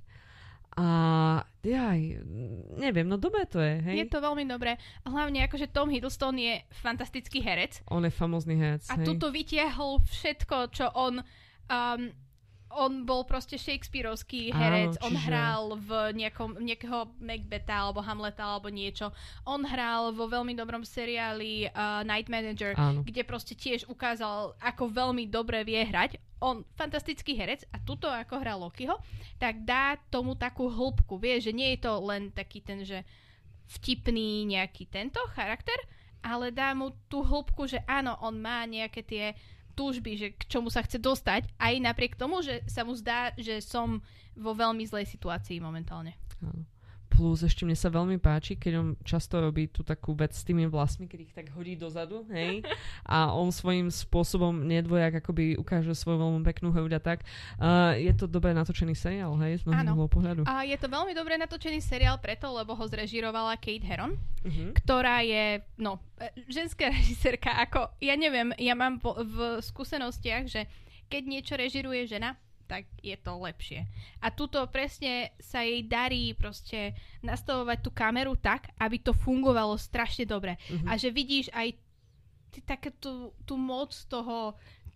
A jaj, neviem, no dobré to je, hej? Je to veľmi dobré. Hlavne akože Tom Hiddleston je fantastický herec. On je famózny herec, A hej? tuto vytiahol všetko, čo on... Um, on bol proste Shakespeareovský herec. Áno, on čiže... hral v nejakom, nejakého Macbetha alebo Hamleta alebo niečo. On hral vo veľmi dobrom seriáli uh, Night Manager, áno. kde proste tiež ukázal, ako veľmi dobre vie hrať. On fantastický herec a tuto ako hrá Lokiho, tak dá tomu takú hĺbku. Vieš, že nie je to len taký ten, že vtipný nejaký tento charakter, ale dá mu tú hĺbku, že áno, on má nejaké tie túžby, že k čomu sa chce dostať, aj napriek tomu, že sa mu zdá, že som vo veľmi zlej situácii momentálne. Áno. Plus ešte mne sa veľmi páči, keď on často robí tú takú vec s tými vlasmi, keď ich tak hodí dozadu, hej, a on svojím spôsobom nedvojak akoby ukáže svoju veľmi peknú hruď a tak. Uh, je to dobre natočený seriál, hej, z môjho pohľadu. A je to veľmi dobre natočený seriál preto, lebo ho zrežírovala Kate Herron, uh-huh. ktorá je, no, ženská režisérka, ako, ja neviem, ja mám po, v skúsenostiach, že keď niečo režiruje žena, tak je to lepšie. A tuto presne sa jej darí proste nastavovať tú kameru tak, aby to fungovalo strašne dobre. Uh-huh. A že vidíš aj ty, také tú, tú moc toho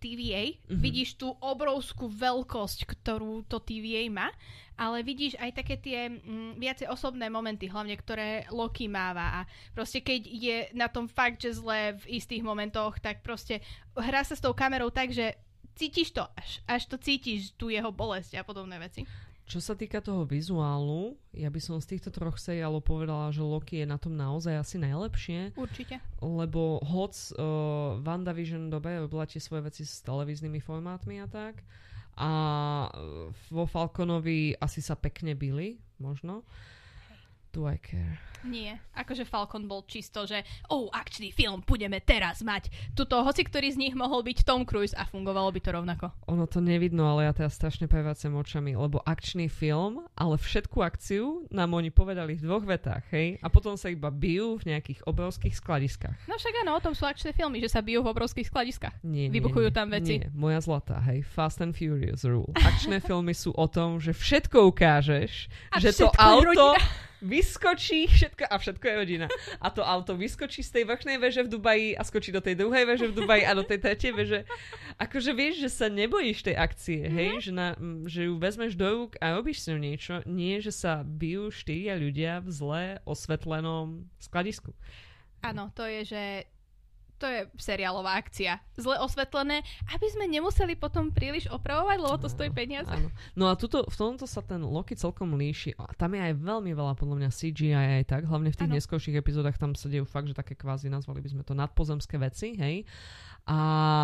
té vé á, Mhm. vidíš tú obrovskú veľkosť, ktorú to té vé á má, ale vidíš aj také tie mm, viacej osobné momenty, hlavne ktoré Loki máva a proste keď je na tom fakt, že zle v istých momentoch, tak proste hrá sa s tou kamerou tak, že cítiš to, až, až to cítiš, tú jeho bolesť a podobné veci. Čo sa týka toho vizuálu, ja by som z týchto troch seriálov povedala, že Loki je na tom naozaj asi najlepšie. Určite. Lebo hoc uh, WandaVision dobre robila tie svoje veci s televíznymi formátmi a tak. A uh, vo Falconovi asi sa pekne bili, možno. Do I care? Nie. Akože Falcon bol čisto, že oh, akčný film budeme teraz mať. Tuto, hoci ktorý z nich mohol byť Tom Cruise a fungovalo by to rovnako. Ono to nevidno, ale ja teraz strašne prevrácam očami, lebo akčný film, ale všetku akciu nám oni povedali v dvoch vetách, hej? A potom sa iba bijú v nejakých obrovských skladiskách. No však áno, o tom sú akčné filmy, že sa bijú v obrovských skladiskách. Nie, nie, Vybuchujú nie, tam veci. Nie, moja zlatá, hej, Fast and Furious rule. Akčné filmy sú o tom, že všetko ukážeš, A že to všetko je auto rodina. vyskočí, všetko, a všetko je rodina. A to auto vyskočí z tej vrchnej veže v Dubaji a skočí do tej druhej veže v Dubaji a do tej tretej veže. Akože vieš, že sa nebojíš tej akcie, hej, mm-hmm. že, na, že ju vezmeš do rúk a robíš s ňou niečo, nie, že sa bijú štyria ľudia v zle osvetlenom skladisku. Áno, to je, že to je seriálová akcia. Zle osvetlené, aby sme nemuseli potom príliš opravovať, lebo to stojí peniaze. Áno. No a tuto, v tomto sa ten Loki celkom líši. A tam je aj veľmi veľa, podľa mňa, cé gé í aj tak. Hlavne v tých neskôrších epizódach tam sa dejú fakt, že také kvázi, nazvali by sme to nadpozemské veci, hej. A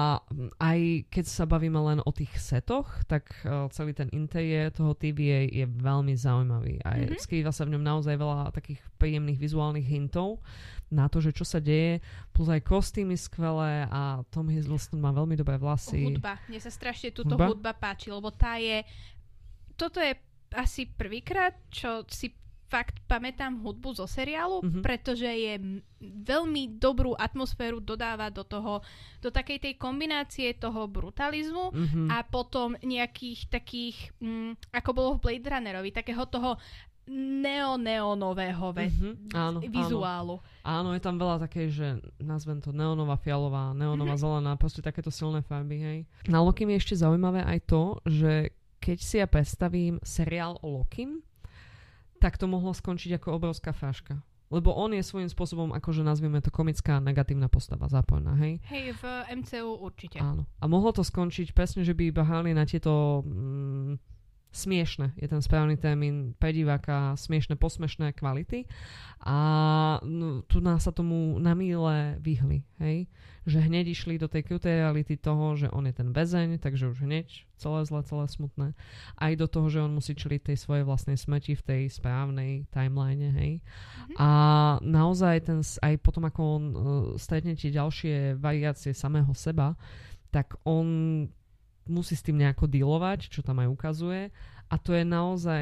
aj keď sa bavíme len o tých setoch, tak uh, celý ten interiér toho té vé á je veľmi zaujímavý. A mm-hmm. skrýva sa v ňom naozaj veľa takých príjemných vizuálnych hintov na to, že čo sa deje, plus aj kostýmy skvelé a Tom Hiddleston má veľmi dobré vlasy. Hudba. Mne sa strašne túto hudba? hudba páči, lebo tá je... Toto je asi prvýkrát, čo si fakt pamätám hudbu zo seriálu, mm-hmm. pretože je m- veľmi dobrú atmosféru dodáva do toho, do takej tej kombinácie toho brutalizmu mm-hmm. a potom nejakých takých, m, ako bolo v Blade Runnerovi, takého toho neo-neonového ve- mm-hmm. áno, vizuálu. Áno. áno, je tam veľa také, že nazvem to neonová fialová, neonová mm-hmm. zelená, proste takéto silné farby, hej. Na Lokim je ešte zaujímavé aj to, že keď si ja predstavím seriál o Lokim, tak to mohlo skončiť ako obrovská fáška. Lebo on je svojím spôsobom, akože nazvieme to komická negatívna postava, záporná, hej? Hej, v em cé ú určite. Áno. A mohlo to skončiť presne, že by iba hrali na tieto... Mm, smiešne, je ten správny termín pre diváka, smiešne, posmešné kvality a no, tu nás sa tomu na míle vyhli, hej? Že hneď išli do tej krutej reality toho, že on je ten väzeň, takže už hneď celé zle, celé smutné. Aj do toho, že on musí čeliť tej svojej vlastnej smrti v tej správnej timeline, hej? Mm-hmm. A naozaj ten, aj potom, ako on uh, stretne tie ďalšie variácie samého seba, tak on musí s tým nejako dealovať, čo tam aj ukazuje. A to je naozaj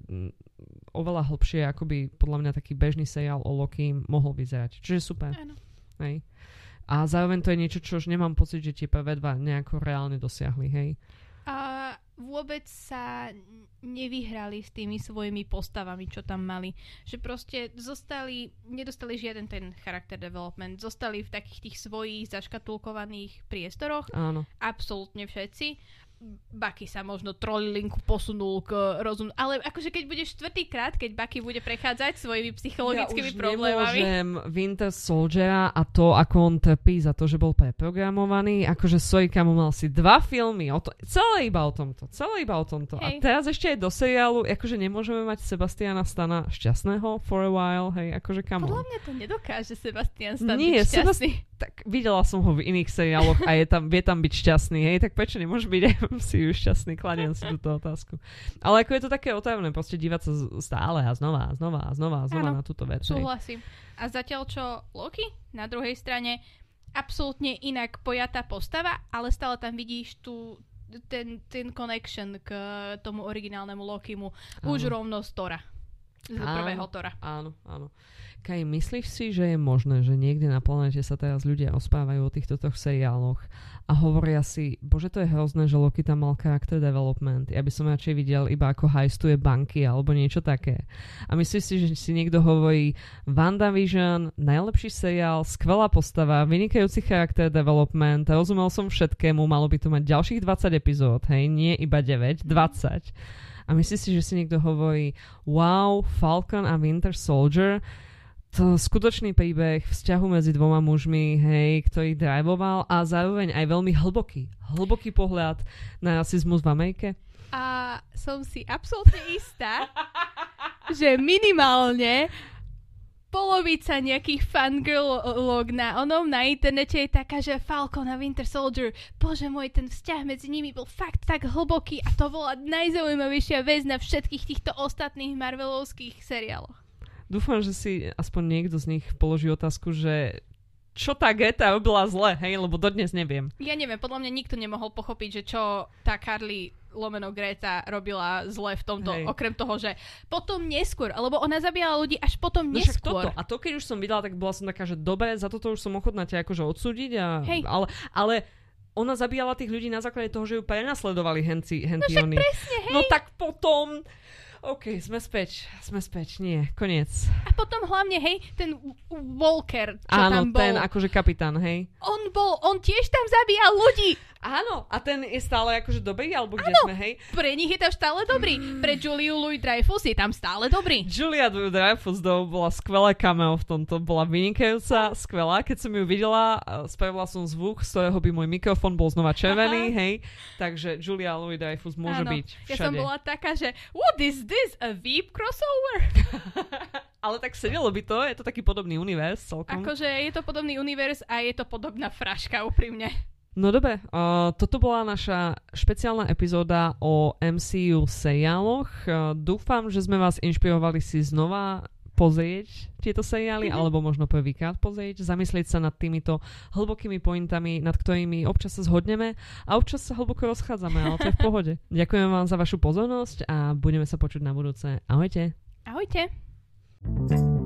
oveľa hlbšie, ako by podľa mňa taký bežný seriál o Loki mohol vyzerať. Čiže super. Áno. Hej. A zároveň to je niečo, čo už nemám pocit, že tie prvé dva nejako reálne dosiahli. Hej. A vôbec sa nevyhrali s tými svojimi postavami, čo tam mali. Že proste zostali, nedostali žiaden ten character development. Zostali v takých tých svojich zaškatulkovaných priestoroch. Áno. Absolútne všetci. Bucky sa možno trolilinku posunul k rozum. Ale akože keď budeš štvrtýkrát, keď Bucky bude prechádzať svojimi psychologickými ja problémami. Ja už nemôžem Winter Soldiera a to, ako on trpí za to, že bol preprogramovaný. Akože sorry, kamo, mal si dva filmy. O to, celé iba o tomto. Celé iba o tomto. Hej. A teraz ešte aj do seriálu, akože nemôžeme mať Sebastiana Stana šťastného for a while. Hej, akože kamo. Podľa mňa to nedokáže Sebastian Stan Nie, byť šťastný. Sebast- tak videla som ho v iných seriáloch a je tam, vie tam byť šťastný. Hej, tak prečo nemôže byť aj si už šťastný, kladiem si túto otázku. Ale ako je to také otravné, proste dívať sa stále a znova a znova a znova a znova Áno, na túto vec. Súhlasím. A zatiaľ čo Loki na druhej strane absolútne inak pojatá postava, ale stále tam vidíš tú, ten, ten connection k tomu originálnemu Lokimu. Už rovno z Tora. z prvého Tora. Áno, áno. Kaj, myslíš si, že je možné, že niekde na planete sa teraz ľudia ospávajú o týchto toch seriáloch a hovoria si, bože, to je hrozné, že Loki tam mal character development. Ja by som radšej videl iba ako hajstuje banky alebo niečo také. A myslíš si, že si niekto hovorí WandaVision, najlepší seriál, skvelá postava, vynikajúci character development, rozumel som všetkému, malo by to mať ďalších dvadsať epizód, hej, nie iba deväť, dvadsať. A myslíš si, že si niekto hovorí wow, Falcon a Winter Soldier, to skutočný príbeh vzťahu medzi dvoma mužmi, hej, ktorý drivoval a zároveň aj veľmi hlboký, hlboký pohľad na rasizmus v Amerike? A som si absolútne istá, že minimálne polovica nejakých fangirlog na onom na internete je taká, že Falcon a Winter Soldier, bože môj, ten vzťah medzi nimi bol fakt tak hlboký a to bola najzaujímavejšia vec na všetkých týchto ostatných Marvelovských seriáloch. Dúfam, že si aspoň niekto z nich položí otázku, že čo tá Greta robila zle, hej, lebo dodnes neviem. Ja neviem, podľa mňa nikto nemohol pochopiť, že čo tá Carly lomeno Greta robila zle v tomto, hej. Okrem toho, že potom neskôr, lebo ona zabíjala ľudí až potom no neskôr. Toto. A to, keď už som videla, tak bola som taká, že dobre, za toto už som ochotná ťa akože odsúdiť, a, ale, ale ona zabíjala tých ľudí na základe toho, že ju prenasledovali henci, henci no oni. Presne, hej. No tak potom... OK, sme späť, sme späť, nie, koniec. A potom hlavne, hej, ten Walker, čo áno, tam bol. Áno, ten akože kapitán, hej. On bol, on tiež tam zabíjal ľudí. Áno, a ten je stále akože dobrý, alebo kde áno, sme, hej? Pre nich je tam stále dobrý. Pre Juliu Louis-Dreyfus je tam stále dobrý. Julia Louis-Dreyfus bola skvelé cameo v tomto, bola vynikajúca, skvelá. Keď som ju videla, spravila som zvuk, z ktorého by môj mikrofón bol znova červený, hej. Takže Julia Louis-Dreyfus môže áno, byť všade. Ja som bola taká, že what is this, a Veep crossover? Ale tak sedelo by to, je to taký podobný univerz celkom. Akože je to podobný univerz a je to podobná fraška, úprimne. No dobre, uh, toto bola naša špeciálna epizóda o em cé ú seriáloch. Uh, dúfam, že sme vás inšpirovali si znova pozrieť tieto seriály, mm-hmm. alebo možno prvýkrát pozrieť, zamyslieť sa nad týmito hlbokými pointami, nad ktorými občas sa zhodneme a občas sa hlboko rozchádzame, ale to je v pohode. Ďakujem vám za vašu pozornosť a budeme sa počuť na budúce. Ahojte. Ahojte.